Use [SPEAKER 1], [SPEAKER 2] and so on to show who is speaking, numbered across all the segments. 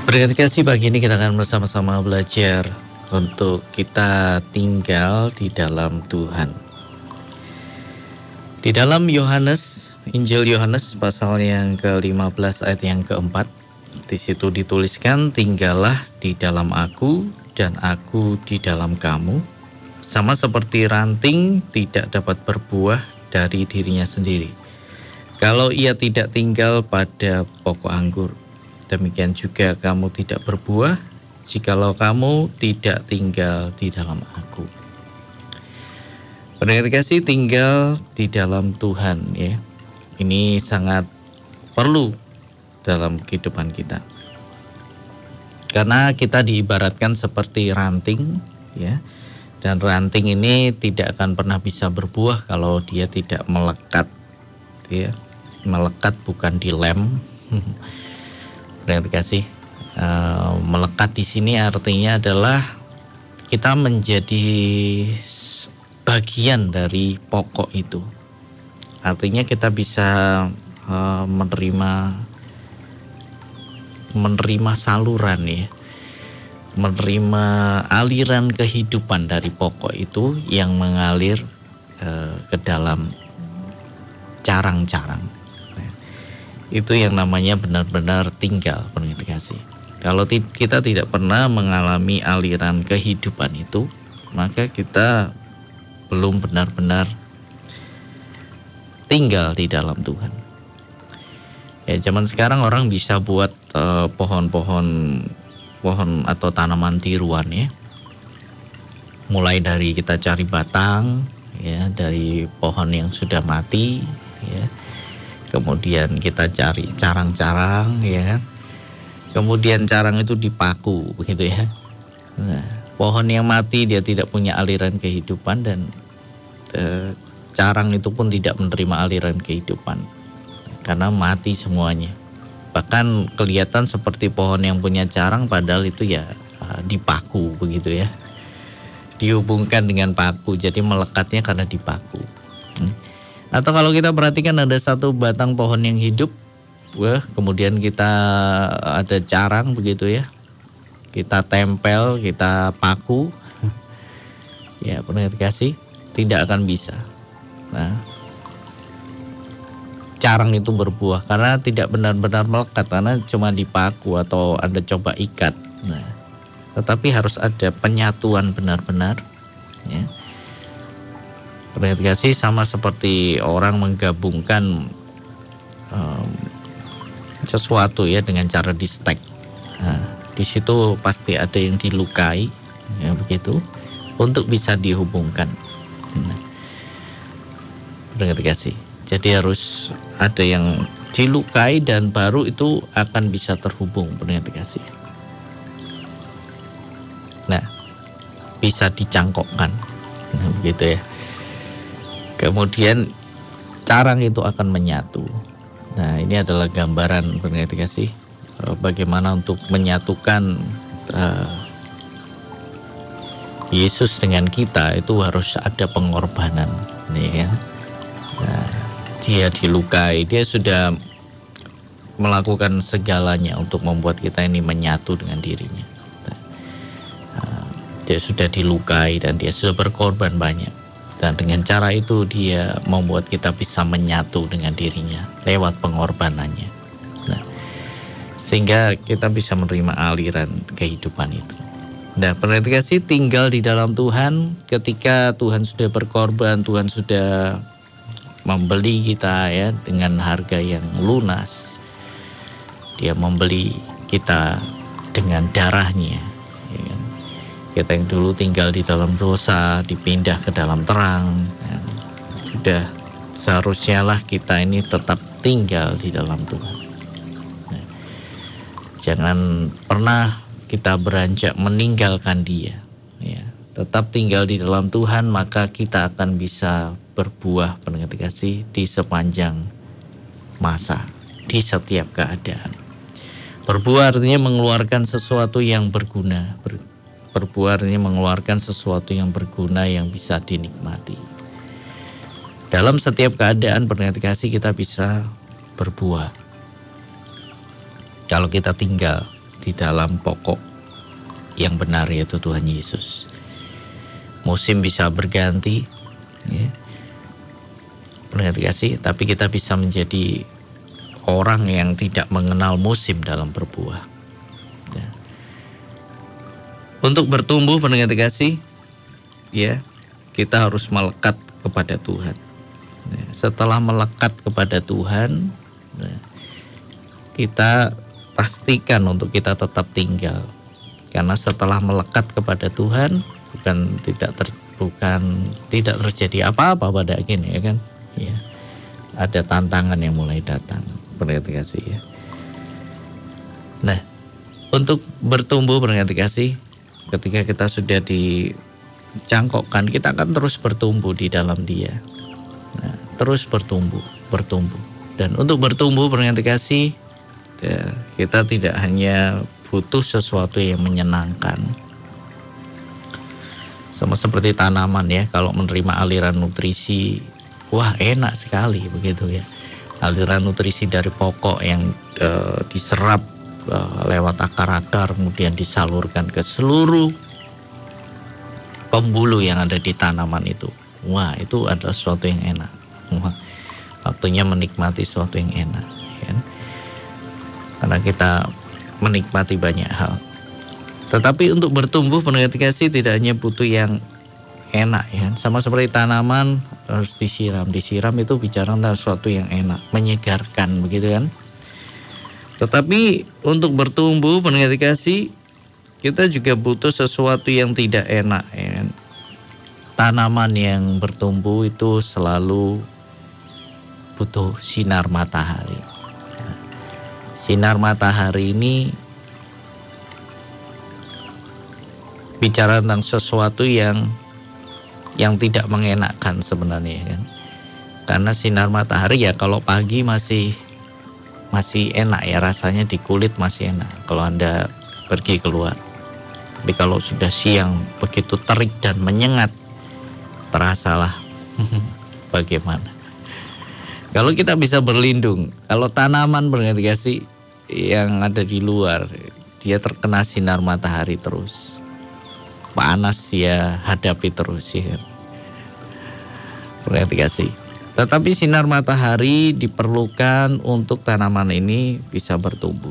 [SPEAKER 1] Berkat kasih pagi ini kita akan bersama-sama belajar untuk kita tinggal di dalam Tuhan. Di dalam Yohanes, Injil Yohanes pasal yang ke-15 ayat yang keempat, di situ dituliskan, tinggallah di dalam aku dan aku di dalam kamu, sama seperti ranting tidak dapat berbuah dari dirinya sendiri, kalau ia tidak tinggal pada pokok anggur. Demikian juga kamu tidak berbuah jikalau kamu tidak tinggal di dalam aku. Pendengar kasih, tinggal di dalam Tuhan ya. Ini sangat perlu dalam kehidupan kita. Karena kita diibaratkan seperti ranting ya. Dan ranting ini tidak akan pernah bisa berbuah kalau dia tidak melekat ya. Melekat bukan dilem. Terima kasih. Melekat di sini artinya adalah kita menjadi bagian dari pokok itu. Artinya kita bisa menerima saluran ya, menerima aliran kehidupan dari pokok itu yang mengalir ke dalam carang-carang. Itu yang namanya benar-benar tinggal, pendengar kasih. Kalau kita tidak pernah mengalami aliran kehidupan itu, maka kita belum benar-benar tinggal di dalam Tuhan. Ya, zaman sekarang orang bisa buat pohon atau tanaman tiruan ya. Mulai dari kita cari batang ya, dari pohon yang sudah mati ya. Kemudian kita cari carang-carang ya. Kemudian carang itu dipaku begitu ya. Nah, pohon yang mati dia tidak punya aliran kehidupan dan carang itu pun tidak menerima aliran kehidupan karena mati semuanya. Bahkan kelihatan seperti pohon yang punya carang padahal itu ya dipaku begitu ya. Dihubungkan dengan paku, jadi melekatnya karena dipaku. Atau kalau kita perhatikan ada satu batang pohon yang hidup, kemudian kita ada carang begitu ya, kita tempel, kita paku, ya pendengar kasih, tidak akan bisa. Nah, carang itu berbuah karena tidak benar-benar melekat, karena cuma dipaku atau Anda coba ikat. Nah, tetapi harus ada penyatuan benar-benar, ya. Pendengar kasih, sama seperti orang menggabungkan sesuatu ya dengan cara di stek. Nah, di situ pasti ada yang dilukai ya begitu untuk bisa dihubungkan. Nah, pendengar kasih, jadi harus ada yang dilukai dan baru itu akan bisa terhubung, pendengar kasih. Nah, bisa dicangkokkan. Nah, begitu ya. Kemudian carang itu akan menyatu. Nah, ini adalah gambaran, pendengar kasih, bagaimana untuk menyatukan Yesus dengan kita itu harus ada pengorbanan, nih kan? Nah, dia dilukai, dia sudah melakukan segalanya untuk membuat kita ini menyatu dengan dirinya. Dia sudah dilukai dan dia sudah berkorban banyak. Dan dengan cara itu dia membuat kita bisa menyatu dengan dirinya lewat pengorbanannya. Nah, sehingga kita bisa menerima aliran kehidupan itu. Nah, pendengar kasih, tinggal di dalam Tuhan ketika Tuhan sudah berkorban, Tuhan sudah membeli kita ya dengan harga yang lunas. Dia membeli kita dengan darahnya. Kita yang dulu tinggal di dalam dosa dipindah ke dalam terang ya. Sudah seharusnya lah kita ini tetap tinggal di dalam Tuhan. Nah, jangan pernah kita beranjak meninggalkan Dia ya. Tetap tinggal di dalam Tuhan, maka kita akan bisa berbuah, pendengar kasih, di sepanjang masa, di setiap keadaan. Berbuah artinya mengeluarkan sesuatu yang berguna. Berbuah artinya mengeluarkan sesuatu yang berguna yang bisa dinikmati. Dalam setiap keadaan, pendengar kasih, kita bisa berbuah. Kalau kita tinggal di dalam pokok yang benar, yaitu Tuhan Yesus. Musim bisa berganti, ya, pendengar kasih, tapi kita bisa menjadi orang yang tidak mengenal musim dalam berbuah. Ya. Untuk bertumbuh, pendengar kasih, ya, kita harus melekat kepada Tuhan. Ya. Setelah melekat kepada Tuhan, ya, kita pastikan untuk kita tetap tinggal. Karena setelah melekat kepada Tuhan, bukan tidak terjadi apa-apa pada akhirnya, ya kan? Ya. Ada tantangan yang mulai datang, pendengar kasih, ya. Nah, untuk bertumbuh, pendengar kasih, ketika kita sudah dicangkokkan, kita akan terus bertumbuh di dalam Dia. Nah, terus bertumbuh. Dan untuk bertumbuh, pendengar kasih, ya, kita tidak hanya butuh sesuatu yang menyenangkan. Sama seperti tanaman, ya, kalau menerima aliran nutrisi, wah enak sekali begitu, ya. Aliran nutrisi dari pokok yang diserap lewat akar-akar, kemudian disalurkan ke seluruh pembuluh yang ada di tanaman itu. Wah, itu adalah sesuatu yang enak. Wah, waktunya menikmati sesuatu yang enak, ya. Karena kita menikmati banyak hal. Tetapi untuk bertumbuh, pendengar kasih, tidak hanya butuh yang enak, ya. Sama seperti tanaman harus disiram itu bicara tentang sesuatu yang enak, menyegarkan, begitu kan. Tetapi untuk bertumbuh, pendengar kasih, kita juga butuh sesuatu yang tidak enak, ya. Tanaman yang bertumbuh itu selalu butuh sinar matahari. Sinar matahari ini bicara tentang sesuatu yang tidak mengenakkan sebenarnya, kan. Karena sinar matahari, ya, kalau pagi masih enak, ya, rasanya di kulit masih enak kalau Anda pergi keluar. Tapi kalau sudah siang begitu terik dan menyengat, terasalah bagaimana. Kalau kita bisa berlindung, kalau tanaman, pendengar kasih, yang ada di luar, dia terkena sinar matahari terus, panas dia hadapi terus, ya. Pendengar kasih. Tetapi sinar matahari diperlukan untuk tanaman ini bisa bertumbuh.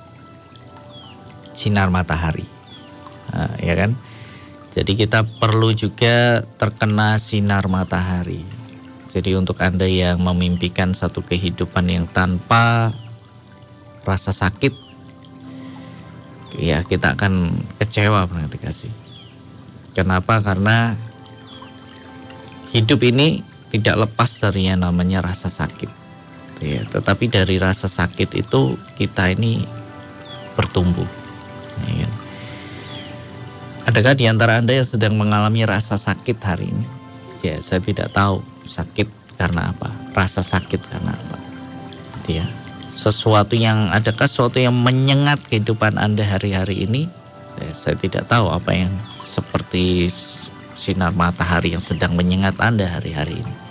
[SPEAKER 1] Sinar matahari, nah, ya kan? Jadi kita perlu juga terkena sinar matahari. Jadi untuk Anda yang memimpikan satu kehidupan yang tanpa rasa sakit, ya, kita akan kecewa, pendengar kasih. Kenapa? Karena hidup ini tidak lepas dari yang namanya rasa sakit, ya. Tetapi dari rasa sakit itu kita ini bertumbuh, ya. Adakah di antara Anda yang sedang mengalami rasa sakit hari ini? Ya, saya tidak tahu sakit karena apa, rasa sakit karena apa, ya. Adakah sesuatu yang menyengat kehidupan Anda hari-hari ini? Ya, saya tidak tahu apa yang seperti sinar matahari yang sedang menyengat Anda hari-hari ini.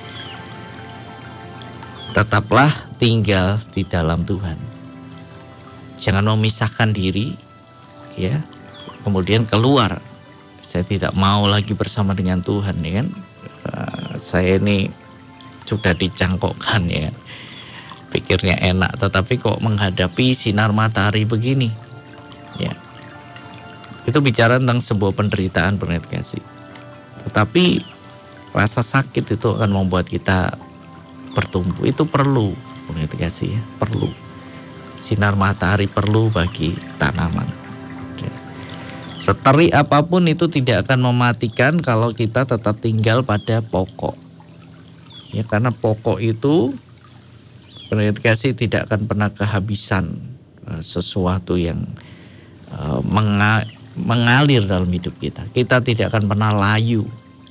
[SPEAKER 1] Tetaplah tinggal di dalam Tuhan. Jangan memisahkan diri, ya, kemudian keluar. Saya tidak mau lagi bersama dengan Tuhan, ya kan. Saya ini sudah dicangkokkan, ya. Pikirnya enak, tetapi kok menghadapi sinar matahari begini, ya. Itu bicara tentang sebuah penderitaan, pendengar kasih. Tetapi rasa sakit itu akan membuat kita bertumbuh. Itu perlu, pendengar kasih, ya. Perlu. Sinar matahari perlu bagi tanaman. Seterik apapun itu tidak akan mematikan kalau kita tetap tinggal pada pokok, ya. Karena pokok itu, pendengar kasih, tidak akan pernah kehabisan sesuatu yang mengalir dalam hidup kita. Kita tidak akan pernah layu,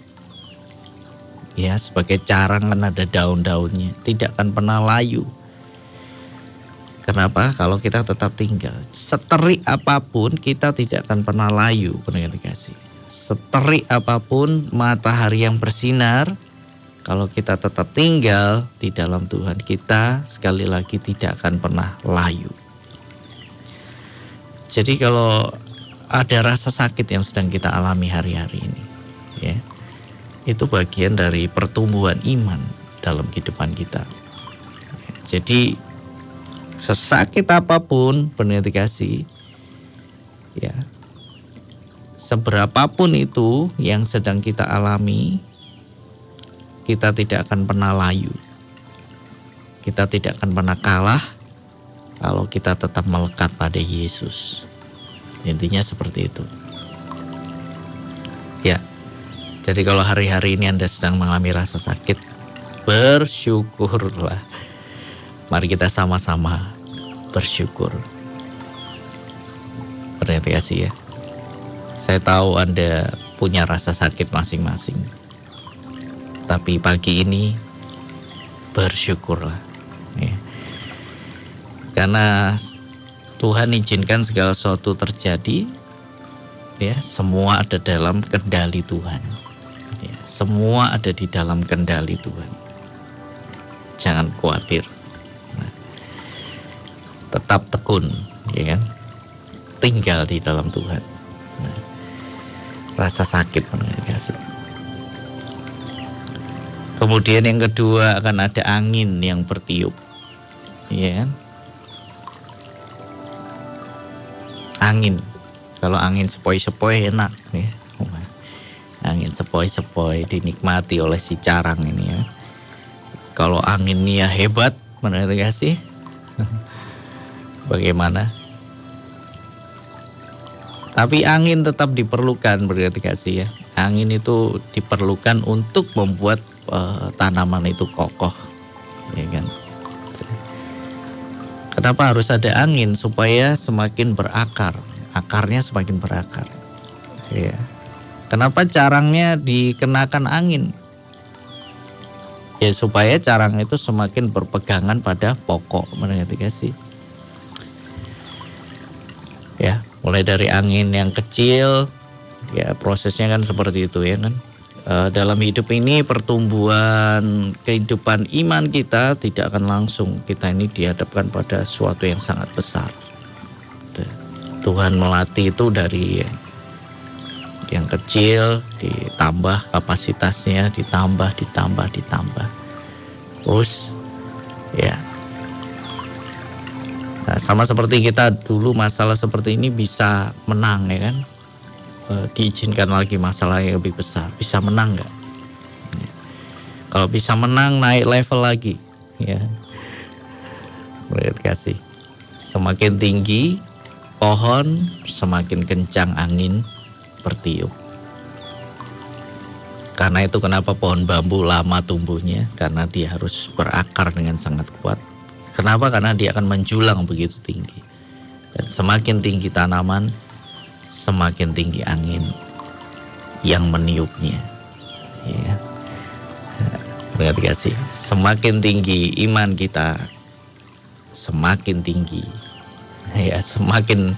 [SPEAKER 1] ya. Sebagai carang kan ada daun-daunnya, tidak akan pernah layu. Kenapa? Kalau kita tetap tinggal. Seterik apapun kita tidak akan pernah layu, pendengar kasih. Seterik apapun matahari yang bersinar, kalau kita tetap tinggal di dalam Tuhan, kita sekali lagi tidak akan pernah layu. Jadi kalau ada rasa sakit yang sedang kita alami hari-hari ini, ya, itu bagian dari pertumbuhan iman dalam kehidupan kita. Jadi sesakit apapun pendengar kasih, ya, seberapapun itu yang sedang kita alami, kita tidak akan pernah layu. Kita tidak akan pernah kalah kalau kita tetap melekat pada Yesus. Intinya seperti itu. Ya. Jadi kalau hari-hari ini Anda sedang mengalami rasa sakit, bersyukurlah. Mari kita sama-sama bersyukur. Perhatikan ya. Saya tahu Anda punya rasa sakit masing-masing. Tapi pagi ini bersyukurlah. Ya. Karena Tuhan izinkan segala sesuatu terjadi, ya, semua ada dalam kendali Tuhan. Ya, semua ada di dalam kendali Tuhan. Jangan khawatir. Nah, tetap tekun, ya kan? Tinggal di dalam Tuhan. Nah, rasa sakit mengasih. Kemudian yang kedua akan ada angin yang bertiup, ya kan? Angin, kalau angin sepoi-sepoi enak, ya. Angin sepoi-sepoi dinikmati oleh si carang ini, ya. Kalau anginnya hebat, menurut kasih, bagaimana? Tapi angin tetap diperlukan, berarti kasih, ya. Angin itu diperlukan untuk membuat tanaman itu kokoh, ya kan? Kenapa harus ada angin? Supaya semakin berakar, akarnya semakin berakar. Ya. Kenapa carangnya dikenakan angin? Ya supaya carang itu semakin berpegangan pada pokok, mengerti gak sih? Ya, mulai dari angin yang kecil, ya prosesnya kan seperti itu, ya kan? Dalam hidup ini pertumbuhan kehidupan iman kita tidak akan langsung. Kita ini dihadapkan pada sesuatu yang sangat besar. Tuhan melatih itu dari yang kecil, ditambah kapasitasnya, ditambah. Terus ya, nah, sama seperti kita dulu masalah seperti ini bisa menang, ya kan? Diizinkan lagi masalah yang lebih besar, bisa menang nggak? Kalau bisa menang, naik level lagi, ya. Berarti kasih, semakin tinggi pohon, semakin kencang angin bertiup. Karena itu kenapa pohon bambu lama tumbuhnya, karena dia harus berakar dengan sangat kuat. Kenapa? Karena dia akan menjulang begitu tinggi. Dan semakin tinggi tanaman, semakin tinggi angin yang meniupnya, ya. Berarti kasih, semakin tinggi iman kita, semakin tinggi, ya, semakin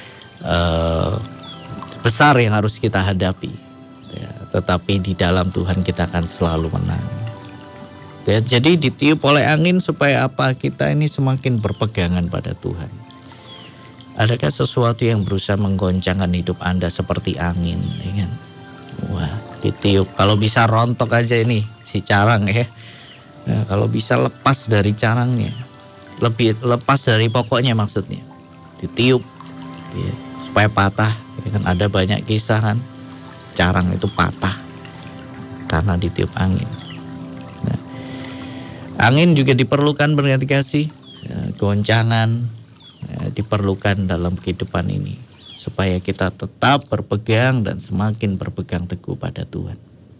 [SPEAKER 1] besar yang harus kita hadapi, ya. Tetapi di dalam Tuhan kita akan selalu menang, ya. Jadi ditiup oleh angin supaya apa? Kita ini semakin berpegangan pada Tuhan. Adakah sesuatu yang berusaha menggoncangkan hidup Anda seperti angin, ya kan? Wah, ditiup. Kalau bisa rontok aja ini si carang, ya. Nah, kalau bisa lepas dari carangnya, lebih lepas dari pokoknya maksudnya, ditiup, ya, supaya patah. Ya kan? Ada banyak kisah kan, carang itu patah karena ditiup angin. Nah, angin juga diperlukan, berarti kasih, ya, goncangan. Diperlukan dalam kehidupan ini supaya kita tetap berpegang dan semakin berpegang teguh pada Tuhan,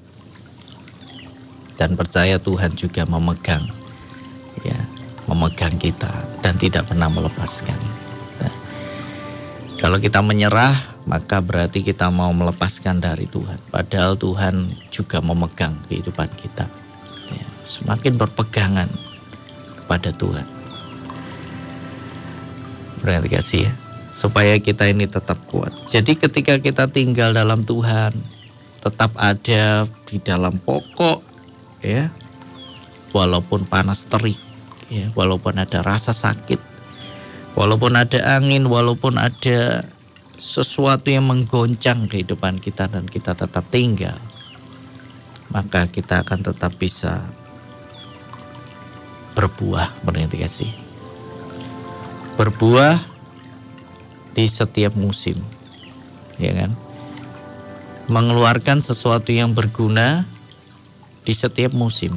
[SPEAKER 1] dan percaya Tuhan juga memegang, ya, memegang kita dan tidak pernah melepaskan. Nah, kalau kita menyerah, maka berarti kita mau melepaskan dari Tuhan, padahal Tuhan juga memegang kehidupan kita, ya, semakin berpegangan kepada Tuhan. Berarti kasih, ya, supaya kita ini tetap kuat. Jadi ketika kita tinggal dalam Tuhan, tetap ada di dalam pokok, ya, walaupun panas terik, ya, walaupun ada rasa sakit, Walaupun ada angin, walaupun ada sesuatu yang menggoncang kehidupan kita dan kita tetap tinggal, maka kita akan tetap bisa berbuah, berarti kasih. Berbuah di setiap musim, ya kan? Mengeluarkan sesuatu yang berguna di setiap musim.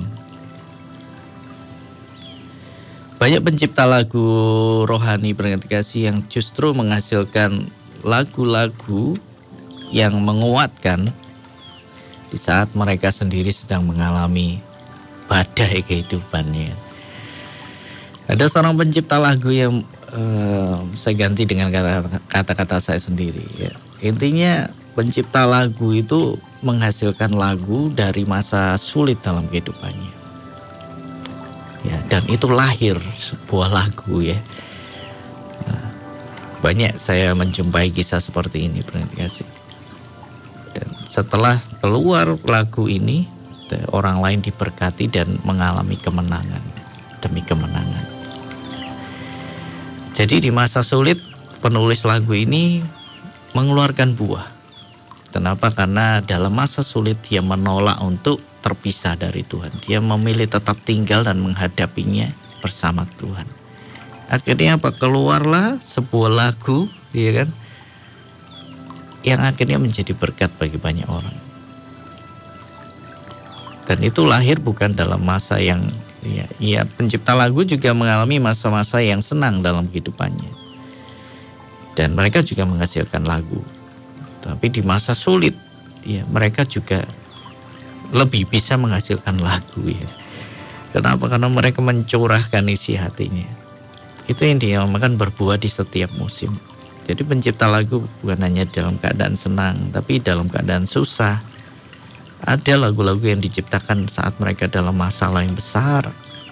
[SPEAKER 1] Banyak pencipta lagu rohani berarti kasih yang justru menghasilkan lagu-lagu yang menguatkan di saat mereka sendiri sedang mengalami badai kehidupannya. Ada seorang pencipta lagu yang saya ganti dengan kata-kata saya sendiri. Ya. Intinya pencipta lagu itu menghasilkan lagu dari masa sulit dalam kehidupannya. Ya, dan itu lahir sebuah lagu ya. Nah, banyak saya menjumpai kisah seperti ini berarti kasih. Dan setelah keluar lagu ini, orang lain diberkati dan mengalami kemenangan demi kemenangan. Jadi di masa sulit penulis lagu ini mengeluarkan buah. Kenapa? Karena dalam masa sulit dia menolak untuk terpisah dari Tuhan. Dia memilih tetap tinggal dan menghadapinya bersama Tuhan. Akhirnya apa? Keluarlah sebuah lagu, ya kan? Yang akhirnya menjadi berkat bagi banyak orang. Dan itu lahir bukan dalam masa yang ya pencipta lagu juga mengalami masa-masa yang senang dalam kehidupannya. Dan mereka juga menghasilkan lagu. Tapi di masa sulit, ya mereka juga lebih bisa menghasilkan lagu ya. Kenapa? Karena mereka mencurahkan isi hatinya. Itu yang dinamakan berbuah di setiap musim. Jadi pencipta lagu bukan hanya dalam keadaan senang, tapi dalam keadaan susah. Ada lagu-lagu yang diciptakan saat mereka dalam masalah yang besar.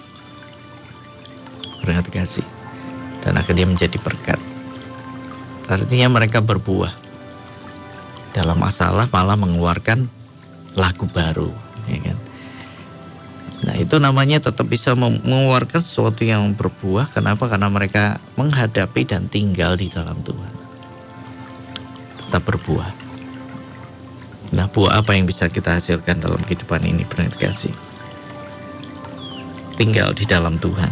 [SPEAKER 1] Berarti kasih. Dan akhirnya menjadi berkat. Artinya mereka berbuah. Dalam masalah malah mengeluarkan lagu baru, ya kan? Nah itu namanya tetap bisa mengeluarkan sesuatu yang berbuah. Kenapa? Karena mereka menghadapi dan tinggal di dalam Tuhan. Tetap berbuah. Nah buah apa yang bisa kita hasilkan dalam kehidupan ini? Berarti kasih. Tinggal di dalam Tuhan.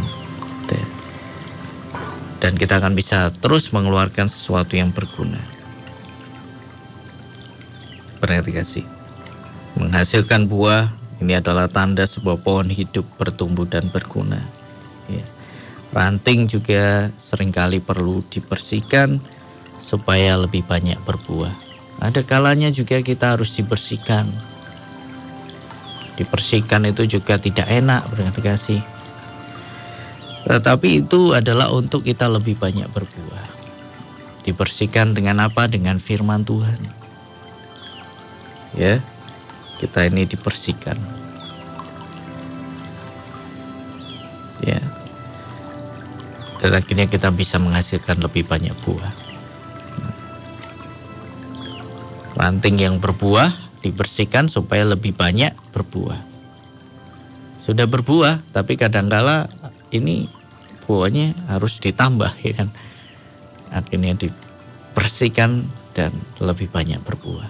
[SPEAKER 1] Dan kita akan bisa terus mengeluarkan sesuatu yang berguna. Berarti kasih. Menghasilkan buah ini adalah tanda sebuah pohon hidup bertumbuh dan berguna. Ya. Ranting juga seringkali perlu dibersihkan supaya lebih banyak berbuah. Ada kalanya juga kita harus dibersihkan. Dibersihkan itu juga tidak enak berarti kasih. Tetapi itu adalah untuk kita lebih banyak berbuah. Dibersihkan dengan apa? Dengan firman Tuhan. Ya. Kita ini dibersihkan. Ya. Dan akhirnya kita bisa menghasilkan lebih banyak buah. Ranting yang berbuah dibersihkan supaya lebih banyak berbuah. Sudah berbuah, tapi kadangkala ini buahnya harus ditambah, ya kan? Akhirnya dibersihkan dan lebih banyak berbuah.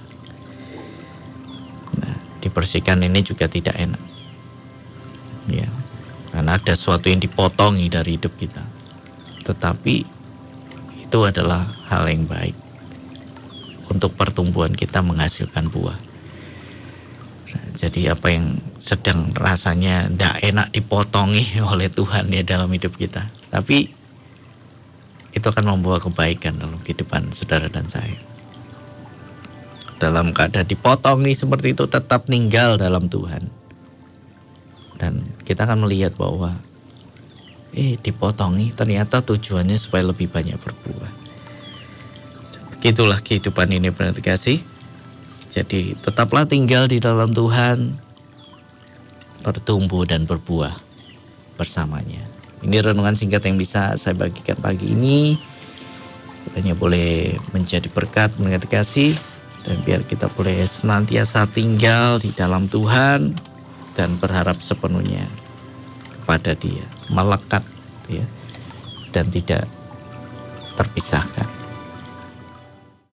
[SPEAKER 1] Dibersihkan ini juga tidak enak. Ya. Karena ada sesuatu yang dipotongi dari hidup kita. Tetapi itu adalah hal yang baik. Untuk pertumbuhan kita menghasilkan buah. Nah, jadi apa yang sedang rasanya tidak enak dipotongi oleh Tuhan ya dalam hidup kita. Tapi itu akan membawa kebaikan dalam kehidupan saudara dan saya. Dalam keadaan dipotongi seperti itu tetap tinggal dalam Tuhan. Dan kita akan melihat bahwa dipotongi ternyata tujuannya supaya lebih banyak berbuah. Begitulah kehidupan ini berarti kasih. Jadi tetaplah tinggal di dalam Tuhan, bertumbuh dan berbuah bersamanya. Ini renungan singkat yang bisa saya bagikan pagi ini. Hanya boleh menjadi berkat berarti kasih. Dan biar kita boleh senantiasa tinggal di dalam Tuhan dan berharap sepenuhnya kepada Dia, melekat ya, dan tidak terpisahkan.